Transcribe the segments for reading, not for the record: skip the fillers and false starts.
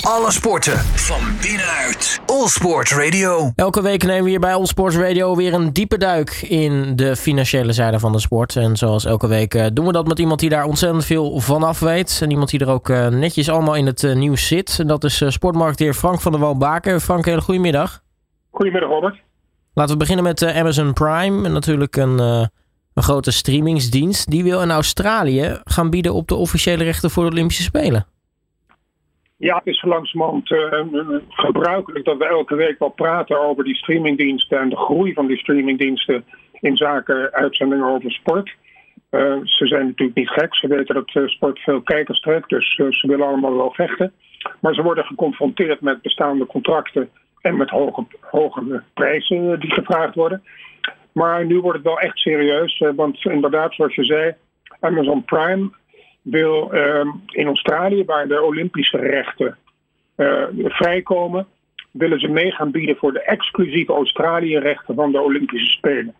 Alle sporten van binnenuit. All Sport Radio. Elke week nemen we hier bij All Sports Radio weer een diepe duik in de financiële zijde van de sport. En zoals elke week doen we dat met iemand die daar ontzettend veel van af weet. En iemand die er ook netjes allemaal in het nieuws zit. En dat is sportmarketeer Frank van der Wal-Baken. Frank, hele goedemiddag. Goedemiddag, Robert. Laten we beginnen met Amazon Prime. Natuurlijk een grote streamingsdienst. Die wil in Australië gaan bieden op de officiële rechten voor de Olympische Spelen. Ja, het is zo langzamerhand gebruikelijk dat we elke week wel praten over die streamingdiensten en de groei van die streamingdiensten in zaken uitzendingen over sport. Ze zijn natuurlijk niet gek. Ze weten dat sport veel kijkers trekt, dus ze willen allemaal wel vechten. Maar ze worden geconfronteerd met bestaande contracten en met hoge prijzen die gevraagd worden. Maar nu wordt het wel echt serieus, want inderdaad, zoals je zei, Amazon Prime wil in Australië, waar de Olympische rechten vrijkomen, willen ze mee gaan bieden voor de exclusieve Australië-rechten van de Olympische Spelen.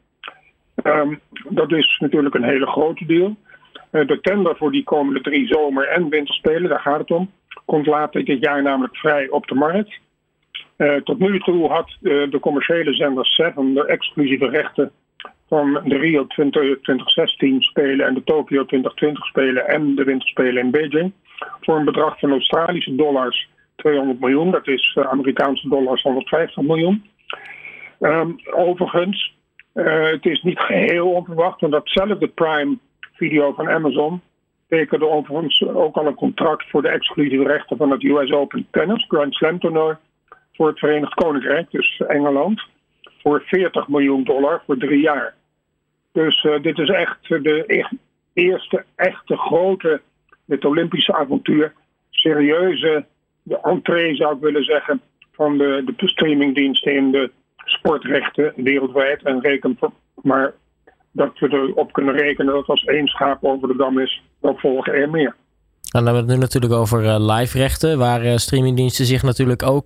Dat is natuurlijk een hele grote deal. De tender voor die komende 3 zomer- en winterspelen, daar gaat het om, komt later dit jaar namelijk vrij op de markt. Tot nu toe had de commerciële zender Seven de exclusieve rechten van de Rio 2016 Spelen en de Tokyo 2020 Spelen en de Winterspelen in Beijing. Voor een bedrag van Australische dollars 200 miljoen. Dat is Amerikaanse dollars 150 miljoen. Overigens, het is niet geheel onverwacht, want datzelfde Prime Video van Amazon tekende overigens ook al een contract voor de exclusieve rechten van het US Open Tennis Grand Slam toernooi voor het Verenigd Koninkrijk, dus Engeland, voor $40 miljoen voor 3 jaar. Dus dit is echt de eerste echte grote, dit Olympische avontuur, serieuze de entree zou ik willen zeggen van de streamingdiensten in de sportrechten wereldwijd. En reken maar dat we erop kunnen rekenen dat als 1 schaap over de dam is, dan volgen er meer. En dan hebben we het nu natuurlijk over live-rechten, waar streamingdiensten zich natuurlijk ook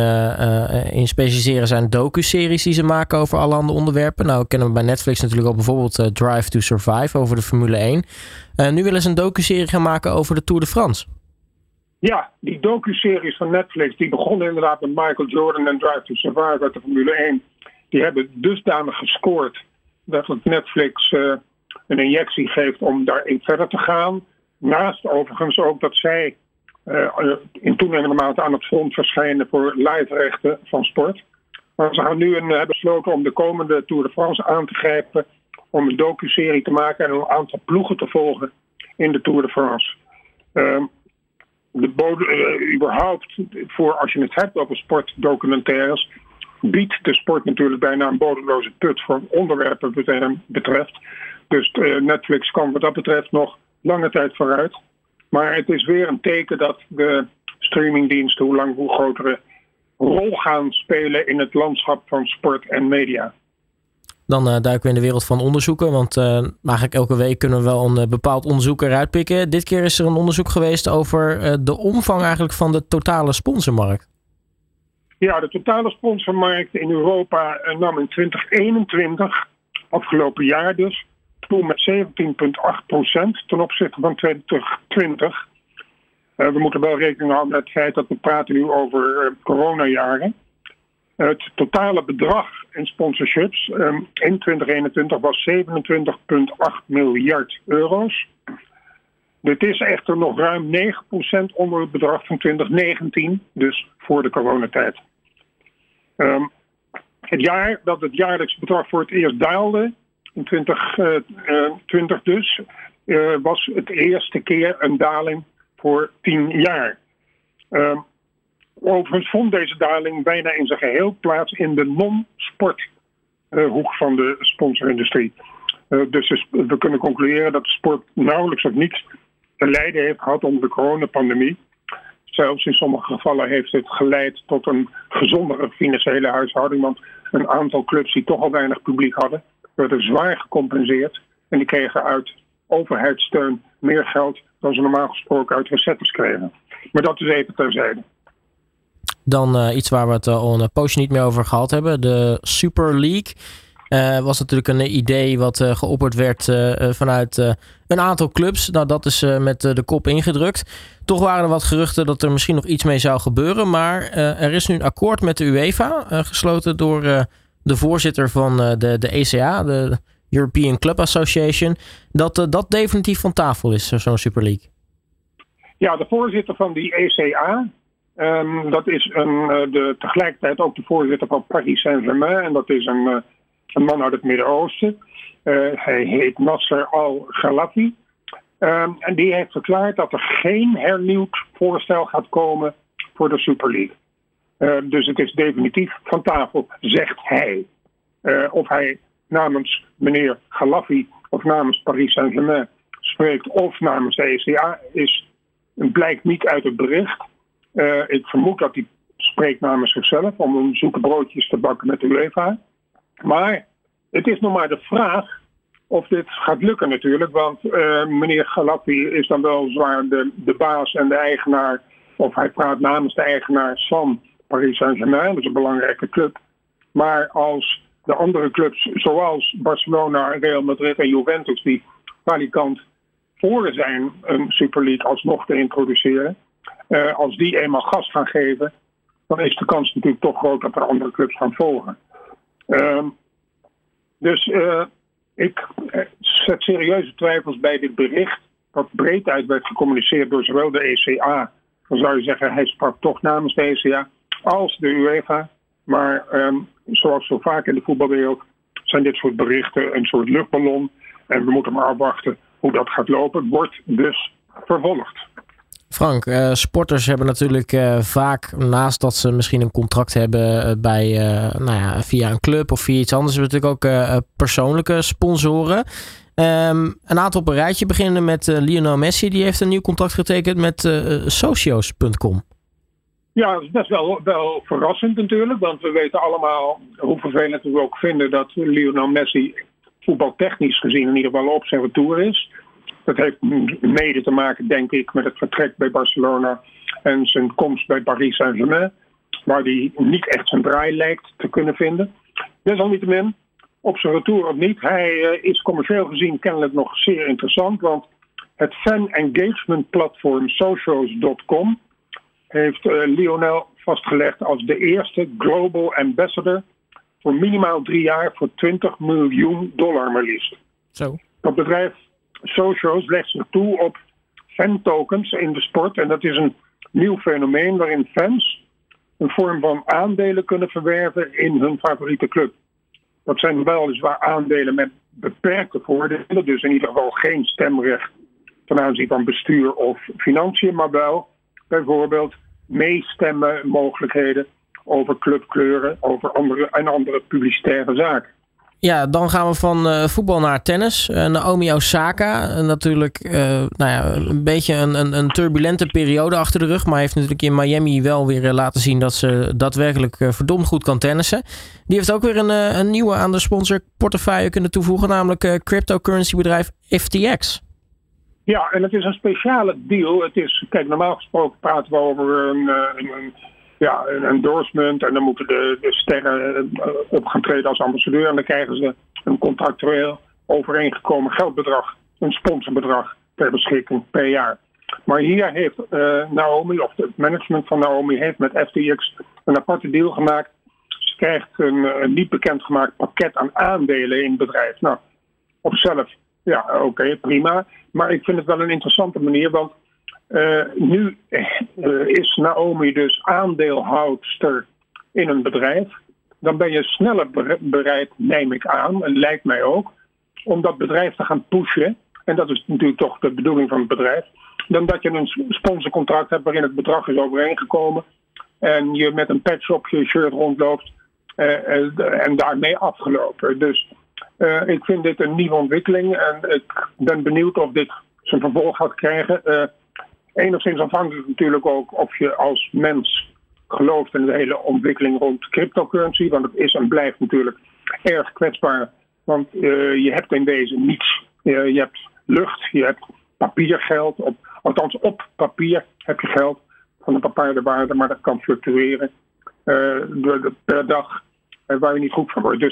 in specialiseren zijn docu-series die ze maken over allerhande onderwerpen. Nou kennen we bij Netflix natuurlijk ook bijvoorbeeld Drive to Survive over de Formule 1. Nu willen ze een docu-serie gaan maken over de Tour de France. Ja, die docu-series van Netflix, die begonnen inderdaad met Michael Jordan en Drive to Survive uit de Formule 1. Die hebben dusdanig gescoord dat het Netflix een injectie geeft om daarin verder te gaan. Naast overigens ook dat zij in toenemende mate aan het front verschijnen voor live-rechten van sport. Maar ze gaan nu hebben besloten om de komende Tour de France aan te grijpen om een docu-serie te maken en een aantal ploegen te volgen in de Tour de France. Überhaupt, voor als je het hebt over sportdocumentaires, biedt de sport natuurlijk bijna een bodemloze put voor onderwerpen betreft. Dus Netflix kan wat dat betreft nog lange tijd vooruit. Maar het is weer een teken dat de streamingdiensten hoe grotere rol gaan spelen in het landschap van sport en media. Dan duiken we in de wereld van onderzoeken, want eigenlijk elke week kunnen we wel een bepaald onderzoek eruit pikken. Dit keer is er een onderzoek geweest over de omvang eigenlijk van de totale sponsormarkt. Ja, de totale sponsormarkt in Europa nam in 2021, afgelopen jaar dus, toe met 17,8% ten opzichte van 2020. We moeten wel rekening houden met het feit dat we praten nu over coronajaren. Het totale bedrag in sponsorships in 2021 was 27,8 miljard euro's. Dit is echter nog ruim 9% onder het bedrag van 2019, dus voor de coronatijd. Het jaar dat het jaarlijks bedrag voor het eerst daalde, in 2020 dus, was het eerste keer een daling voor 10 jaar. Overigens vond deze daling bijna in zijn geheel plaats in de non-sporthoek van de sponsorindustrie. Dus we kunnen concluderen dat de sport nauwelijks of niets te lijden heeft gehad onder de coronapandemie. Zelfs in sommige gevallen heeft het geleid tot een gezondere financiële huishouding, want een aantal clubs die toch al weinig publiek hadden, werden zwaar gecompenseerd en die kregen uit overheidssteun meer geld dan ze normaal gesproken uit recettes kregen. Maar dat is even terzijde. Dan iets waar we het al een poosje niet meer over gehad hebben. De Super League. Was natuurlijk een idee wat geopperd werd vanuit een aantal clubs. Nou, dat is met de kop ingedrukt. Toch waren er wat geruchten dat er misschien nog iets mee zou gebeuren. Maar er is nu een akkoord met de UEFA, gesloten door de voorzitter van de ECA, de European Club Association, dat definitief van tafel is, zo'n Super League. Ja, de voorzitter van die ECA, dat is tegelijkertijd ook de voorzitter van Paris Saint-Germain. En dat is een man uit het Midden-Oosten. Hij heet Nasser Al-Khelaifi. En die heeft verklaard dat er geen hernieuwd voorstel gaat komen voor de Super League. Dus het is definitief van tafel, zegt hij. Of hij namens meneer Khelaifi of namens Paris Saint-Germain spreekt of namens de ECA blijkt niet uit het bericht. Ik vermoed dat hij spreekt namens zichzelf om een zoete broodjes te bakken met de UEFA. Maar het is nog maar de vraag of dit gaat lukken natuurlijk. Want meneer Khelaifi is dan wel zwaar de baas en de eigenaar. Of hij praat namens de eigenaars van Paris Saint-Germain. Dat is een belangrijke club. Maar als de andere clubs zoals Barcelona, Real Madrid en Juventus die valikant voor zijn een Super League alsnog te introduceren. Als die eenmaal gas gaan geven, dan is de kans natuurlijk toch groot dat er andere clubs gaan volgen. Dus ik zet serieuze twijfels bij dit bericht, dat breed uit werd gecommuniceerd door zowel de ECA, dan zou je zeggen hij sprak toch namens de ECA, als de UEFA. Maar zoals zo vaak in de voetbalwereld zijn dit soort berichten een soort luchtballon. En we moeten maar afwachten hoe dat gaat lopen. Wordt dus vervolgd. Frank, sporters hebben natuurlijk vaak, naast dat ze misschien een contract hebben bij, via een club of via iets anders, hebben we natuurlijk ook persoonlijke sponsoren. Een aantal op een rijtje beginnen met Lionel Messi. Die heeft een nieuw contract getekend met Socios.com. Ja, dat is best wel verrassend natuurlijk. Want we weten allemaal hoe vervelend we ook vinden dat Lionel Messi voetbaltechnisch gezien in ieder geval op zijn retour is. Dat heeft mede te maken, denk ik, met het vertrek bij Barcelona en zijn komst bij Paris Saint-Germain, waar hij niet echt zijn draai lijkt te kunnen vinden. Desalniettemin, op zijn retour of niet, hij is commercieel gezien kennelijk nog zeer interessant, want het fan engagement platform Socios.com heeft Lionel vastgelegd als de eerste global ambassador voor minimaal 3 jaar voor $20 miljoen maar liefst. Zo. Dat bedrijf Socios legt zich toe op fan-tokens in de sport. En dat is een nieuw fenomeen waarin fans een vorm van aandelen kunnen verwerven in hun favoriete club. Dat zijn weliswaar aandelen met beperkte voordelen. Dus in ieder geval geen stemrecht ten aanzien van bestuur of financiën. Maar wel bijvoorbeeld meestemmen mogelijkheden over clubkleuren, over andere publicitaire zaken. Ja, dan gaan we van voetbal naar tennis. Naomi Osaka, natuurlijk een beetje een turbulente periode achter de rug. Maar heeft natuurlijk in Miami wel weer laten zien dat ze daadwerkelijk verdomd goed kan tennissen. Die heeft ook weer een nieuwe aan de sponsorportefeuille kunnen toevoegen. Namelijk cryptocurrency bedrijf FTX. Ja, en het is een speciale deal. Het is, kijk, normaal gesproken praten we over een endorsement en dan moeten de sterren op gaan treden als ambassadeur en dan krijgen ze een contractueel overeengekomen geldbedrag, een sponsorbedrag ter beschikking per jaar. Maar hier heeft Naomi, of het management van Naomi, heeft met FTX een aparte deal gemaakt. Ze krijgt een niet bekendgemaakt pakket aan aandelen in het bedrijf. Nou, op zichzelf, ja, oké, prima. Maar ik vind het wel een interessante manier, want nu is Naomi dus aandeelhoudster in een bedrijf. Dan ben je sneller bereid, neem ik aan, en lijkt mij ook, om dat bedrijf te gaan pushen. En dat is natuurlijk toch de bedoeling van het bedrijf. Dan dat je een sponsorcontract hebt waarin het bedrag is overeengekomen. En je met een patch op je shirt rondloopt en daarmee afgelopen. Dus ik vind dit een nieuwe ontwikkeling. En ik ben benieuwd of dit zijn vervolg gaat krijgen. Enigszins afhankelijk natuurlijk ook of je als mens gelooft in de hele ontwikkeling rond cryptocurrency. Want het is en blijft natuurlijk erg kwetsbaar. Want je hebt in deze niets. Je hebt lucht, je hebt papiergeld. Althans op papier heb je geld van een bepaalde waarde. Maar dat kan fluctueren per dag waar je niet goed van wordt. Dus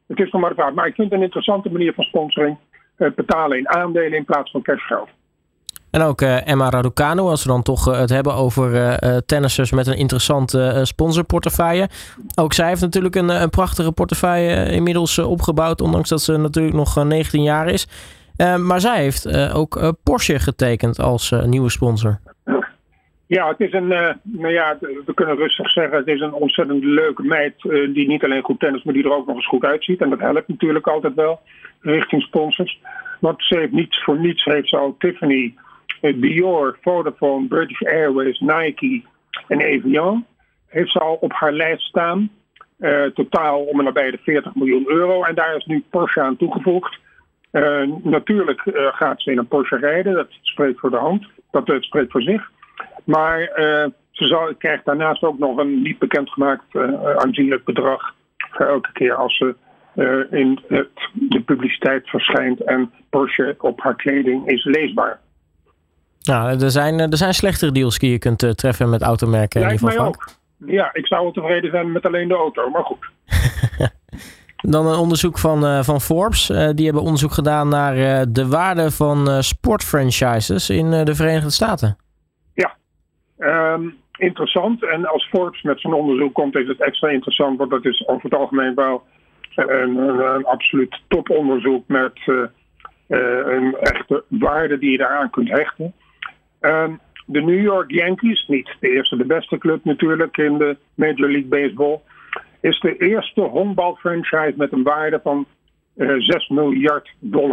Het is nog maar de vraag. Maar ik vind het een interessante manier van sponsoring. Betalen in aandelen in plaats van cashgeld. En ook Emma Raducanu, als we dan toch het hebben over tennissers met een interessante sponsorportefeuille. Ook zij heeft natuurlijk een prachtige portefeuille inmiddels opgebouwd, ondanks dat ze natuurlijk nog 19 jaar is. Maar zij heeft ook Porsche getekend als nieuwe sponsor. Ja, het is we kunnen rustig zeggen, het is een ontzettend leuke meid die niet alleen goed tennis, maar die er ook nog eens goed uitziet. En dat helpt natuurlijk altijd wel richting sponsors. Want ze heeft heeft ze al Tiffany, Dior, Vodafone, British Airways, Nike en Evian heeft ze al op haar lijst staan. Totaal om en nabij de 40 miljoen euro. En daar is nu Porsche aan toegevoegd. Natuurlijk gaat ze in een Porsche rijden. Dat spreekt voor de hand. Dat spreekt voor zich. Maar ze krijgt daarnaast ook nog een niet bekendgemaakt aanzienlijk bedrag voor elke keer als ze in de publiciteit verschijnt en Porsche op haar kleding is leesbaar. Nou, er zijn slechtere deals die je kunt treffen met automerken. Lijkt mij ook. Ja, ik zou wel tevreden zijn met alleen de auto, maar goed. Dan een onderzoek van Forbes. Die hebben onderzoek gedaan naar de waarde van sportfranchises in de Verenigde Staten. Ja, interessant. En als Forbes met zo'n onderzoek komt, is het extra interessant, want dat is over het algemeen wel een absoluut toponderzoek met een echte waarde die je daaraan kunt hechten. De New York Yankees, niet de eerste de beste club natuurlijk in de Major League Baseball, is de eerste honkbalfranchise met een waarde van $6 miljard.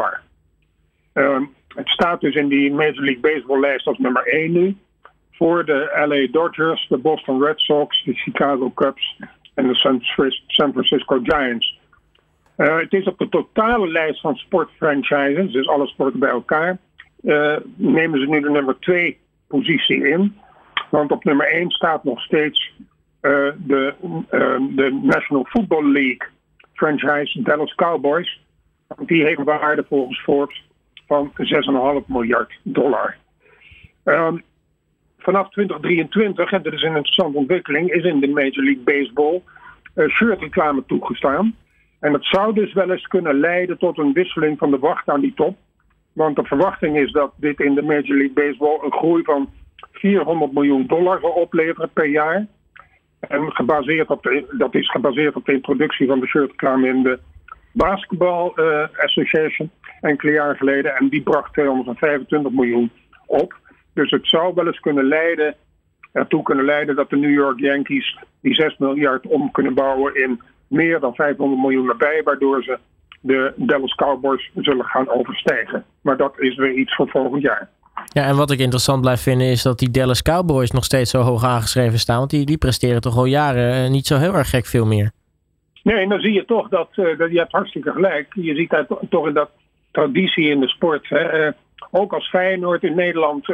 Het staat dus in die Major League Baseball lijst als nummer 1 nu. Voor de LA Dodgers, de Boston Red Sox, de Chicago Cubs en de San Francisco Giants. Het is op de totale lijst van sportfranchises, dus alle sporten bij elkaar, nemen ze nu de nummer 2 positie in. Want op nummer 1 staat nog steeds de National Football League franchise Dallas Cowboys. Die heeft een waarde volgens Forbes van $6,5 miljard. Vanaf 2023, en dat is een interessante ontwikkeling, is in de Major League Baseball shirtreclame toegestaan. En dat zou dus wel eens kunnen leiden tot een wisseling van de wacht aan die top. Want de verwachting is dat dit in de Major League Baseball een groei van $400 miljoen zal opleveren per jaar. En dat is gebaseerd op de introductie van de shirtreclame in de Basketball Association enkele jaar geleden. En die bracht $225 miljoen op. Dus het zou wel eens ertoe kunnen leiden dat de New York Yankees die $6 miljard om kunnen bouwen in meer dan $500 miljoen erbij, waardoor ze de Dallas Cowboys zullen gaan overstijgen. Maar dat is weer iets voor volgend jaar. Ja, en wat ik interessant blijf vinden is dat die Dallas Cowboys nog steeds zo hoog aangeschreven staan. Want die presteren toch al jaren niet zo heel erg gek veel meer. Nee, dan zie je toch dat je hebt hartstikke gelijk. Je ziet daar toch in dat traditie in de sport. Hè. Ook als Feyenoord in Nederland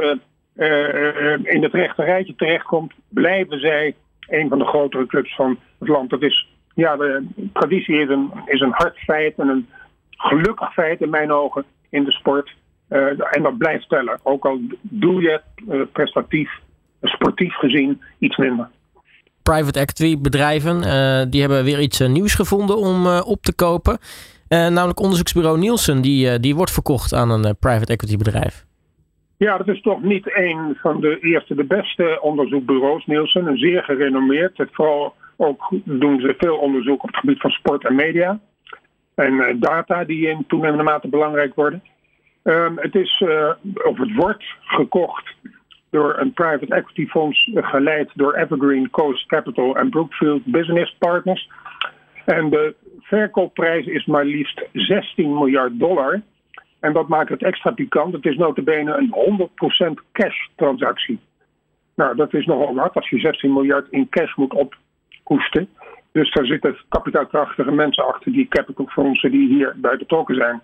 in het rechte rijtje terechtkomt, blijven zij een van de grotere clubs van het land. Dat is, de traditie is een hard feit en een gelukkig feit in mijn ogen in de sport. En dat blijft tellen. Ook al doe je het prestatief, sportief gezien iets minder. Private equity bedrijven die hebben weer iets nieuws gevonden om op te kopen. Namelijk onderzoeksbureau Nielsen. Die wordt verkocht aan een private equity bedrijf. Ja, dat is toch niet een van de beste onderzoekbureaus, Nielsen. Een zeer gerenommeerd. Vooral ook doen ze veel onderzoek op het gebied van sport en media. En data die in toenemende mate belangrijk worden. Het wordt gekocht door een private equity fonds geleid door Evergreen Coast Capital en Brookfield Business Partners. En de verkoopprijs is maar liefst $16 miljard. En dat maakt het extra pikant. Het is nota bene een 100% cash transactie. Nou, dat is nogal wat als je 16 miljard in cash moet ophoesten. Dus daar zitten kapitaalkrachtige mensen achter die capitalfondsen die hier bij betrokken zijn.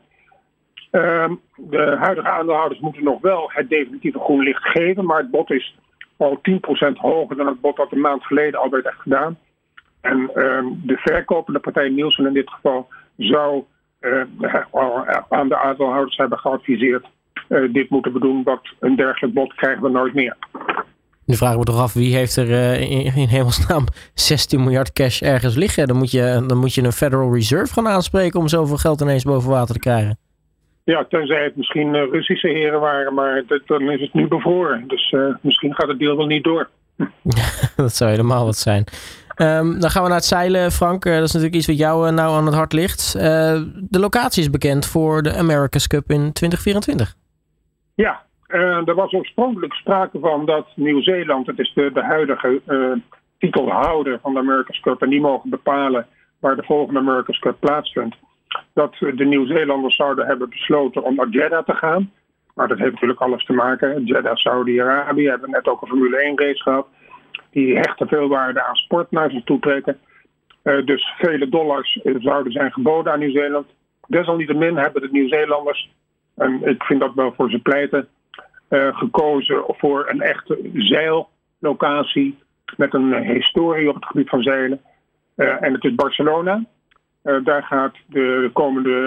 De huidige aandeelhouders moeten nog wel het definitieve groen licht geven, maar het bod is al 10% hoger dan het bod dat een maand geleden al werd gedaan. En de verkopende partij Nielsen in dit geval zou aan de aandeelhouders hebben geadviseerd dit moeten we doen, want een dergelijk bod krijgen we nooit meer. Nu vragen we toch af, wie heeft er in hemelsnaam 16 miljard cash ergens liggen? Dan moet je een Federal Reserve gaan aanspreken om zoveel geld ineens boven water te krijgen. Ja, tenzij het misschien Russische heren waren, maar dan is het nu bevroren. Dus misschien gaat het deal wel niet door. Dat zou helemaal wat zijn. Dan gaan we naar het zeilen, Frank. Dat is natuurlijk iets wat jou nou aan het hart ligt. De locatie is bekend voor de America's Cup in 2024. Ja, er was oorspronkelijk sprake van dat Nieuw-Zeeland, het is de huidige titelhouder van de America's Cup, en die mogen bepalen waar de volgende America's Cup plaatsvindt, dat de Nieuw-Zeelanders zouden hebben besloten om naar Jeddah te gaan. Maar dat heeft natuurlijk alles te maken. Jeddah, Saudi-Arabië, hebben net ook een Formule 1 race gehad. Die hechten veel waarde aan sport naar zich toe trekken. Dus vele dollars zouden zijn geboden aan Nieuw-Zeeland. Desalniettemin hebben de Nieuw-Zeelanders, en ik vind dat wel voor ze pleiten, gekozen voor een echte zeillocatie met een historie op het gebied van zeilen. En het is Barcelona. Daar gaat de komende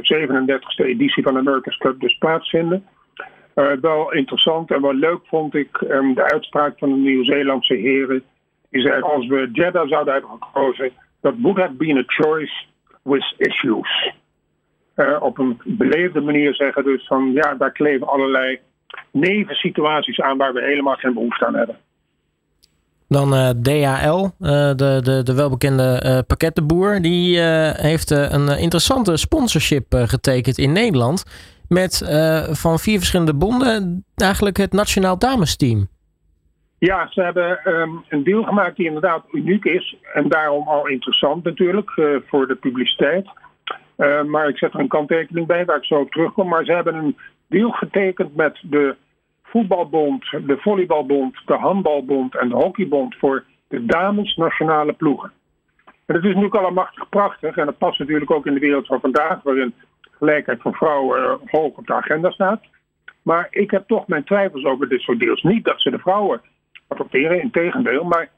37e editie van de America's Cup dus plaatsvinden. Wel interessant en wel leuk vond ik de uitspraak van de Nieuw-Zeelandse heren. Die zei, als we Jeddah zouden hebben gekozen, dat would have been a choice with issues. Op een beleefde manier zeggen dus van, ja, daar kleven allerlei nevensituaties aan waar we helemaal geen behoefte aan hebben. Dan DHL, de welbekende pakkettenboer. Die heeft een interessante sponsorship getekend in Nederland. Met van 4 verschillende bonden eigenlijk het nationaal damesteam. Ja, ze hebben een deal gemaakt die inderdaad uniek is. En daarom al interessant natuurlijk voor de publiciteit. Maar ik zet er een kanttekening bij waar ik zo op terugkom. Maar ze hebben een deal getekend met de voetbalbond, de volleybalbond, de handbalbond en de hockeybond voor de dames nationale ploegen. En dat is natuurlijk allemachtig prachtig. En dat past natuurlijk ook in de wereld van vandaag, waarin gelijkheid van vrouwen hoog op de agenda staat. Maar ik heb toch mijn twijfels over dit soort deals. Niet dat ze de vrouwen adopteren, integendeel. Maar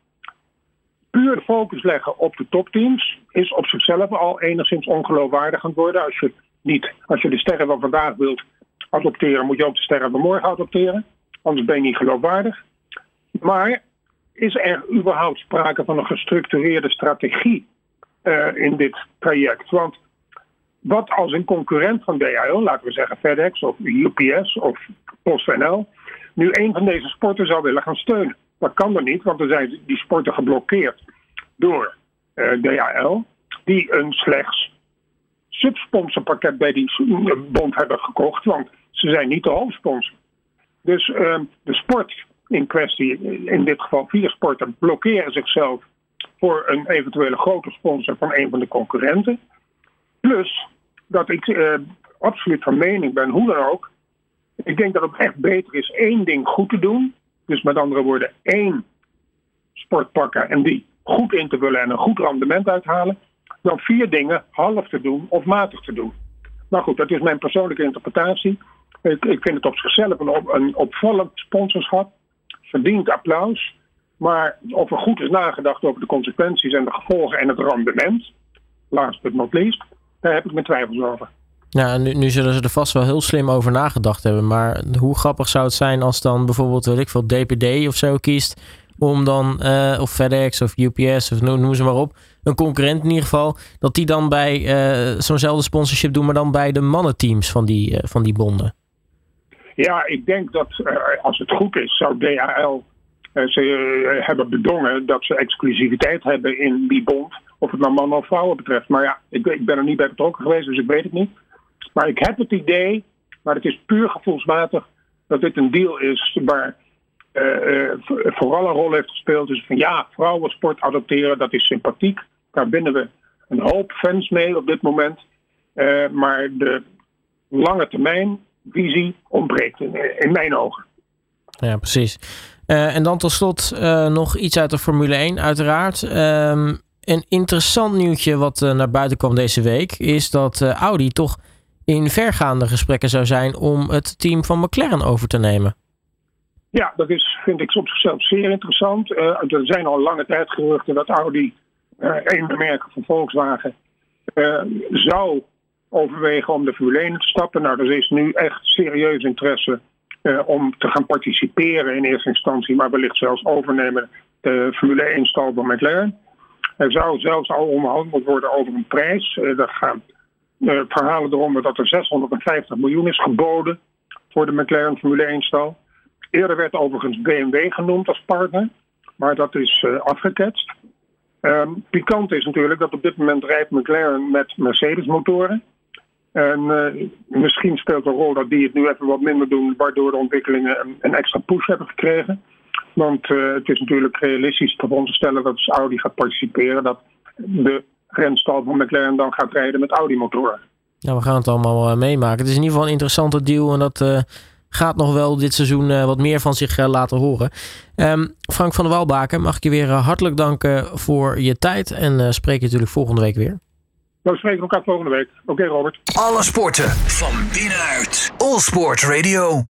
puur de focus leggen op de topteams is op zichzelf al enigszins ongeloofwaardig aan het worden. Als je de sterren van vandaag wilt adopteren, moet je ook de sterren van morgen adopteren. Anders ben je niet geloofwaardig. Maar is er überhaupt sprake van een gestructureerde strategie in dit traject? Want wat als een concurrent van DHL, laten we zeggen FedEx of UPS of PostNL, nu een van deze sporten zou willen gaan steunen? Dat kan er niet, want er zijn die sporten geblokkeerd door DHL, die een slechts subsponsorpakket bij die bond hebben gekocht, want ze zijn niet de hoofdsponsor. Dus de sport in kwestie, in dit geval 4 sporten, blokkeren zichzelf voor een eventuele grote sponsor van een van de concurrenten. Plus dat ik absoluut van mening ben, hoe dan ook, ik denk dat het echt beter is 1 ding goed te doen. Dus met andere woorden 1 sport pakken en die goed in te vullen en een goed rendement uithalen, dan 4 dingen half te doen of matig te doen. Maar goed, dat is mijn persoonlijke interpretatie. Ik vind het op zichzelf een opvallend sponsorschap. Verdient applaus. Maar of er goed is nagedacht over de consequenties en de gevolgen en het rendement, last but not least, daar heb ik mijn twijfels over. Ja, nu zullen ze er vast wel heel slim over nagedacht hebben. Maar hoe grappig zou het zijn als dan bijvoorbeeld, weet ik veel, DPD of zo kiest om dan, of FedEx of UPS of noem ze maar op, een concurrent in ieder geval, dat die dan bij zo'nzelfde sponsorship doen, maar dan bij de mannenteams van die bonden. Ja, ik denk dat als het goed is, zou DHL ze hebben bedongen dat ze exclusiviteit hebben in die bond, of het nou mannen of vrouwen betreft. Maar ja, ik ben er niet bij betrokken geweest, dus ik weet het niet. Maar ik heb het idee, maar het is puur gevoelsmatig, dat dit een deal is waar vooral een rol heeft gespeeld. Dus van ja, vrouwensport adopteren, dat is sympathiek. Daar binden we een hoop fans mee op dit moment. Maar de lange termijn visie ontbreekt in mijn ogen. Ja, precies. En dan tot slot nog iets uit de Formule 1 uiteraard. Een interessant nieuwtje wat naar buiten kwam deze week is dat Audi toch in vergaande gesprekken zou zijn om het team van McLaren over te nemen. Ja, dat vind ik op zichzelf zeer interessant. Er zijn al lange tijd geruchten dat Audi, een merk van Volkswagen, zou overwegen om de Formule 1 te stappen. Nou, er is nu echt serieus interesse om te gaan participeren in eerste instantie, maar wellicht zelfs overnemen de Formule 1-stal van McLaren. Er zou zelfs al onderhandeld worden over een prijs. Er gaan verhalen erom dat er 650 miljoen is geboden voor de McLaren Formule 1-stal. Eerder werd overigens BMW genoemd als partner, maar dat is afgeketst. Pikant is natuurlijk dat op dit moment rijdt McLaren met Mercedes-motoren. En misschien speelt een rol dat die het nu even wat minder doen, waardoor de ontwikkelingen een extra push hebben gekregen. Want het is natuurlijk realistisch te veronderstellen dat als Audi gaat participeren, dat de renstal van McLaren dan gaat rijden met Audi-motoren. Ja, we gaan het allemaal meemaken. Het is in ieder geval een interessante deal en dat gaat nog wel dit seizoen wat meer van zich laten horen. Frank van der Walbaken, mag ik je weer hartelijk danken voor je tijd en spreek je natuurlijk volgende week weer. We spreken elkaar volgende week. Oké, Robert. Alle sporten van binnenuit. All Sport Radio.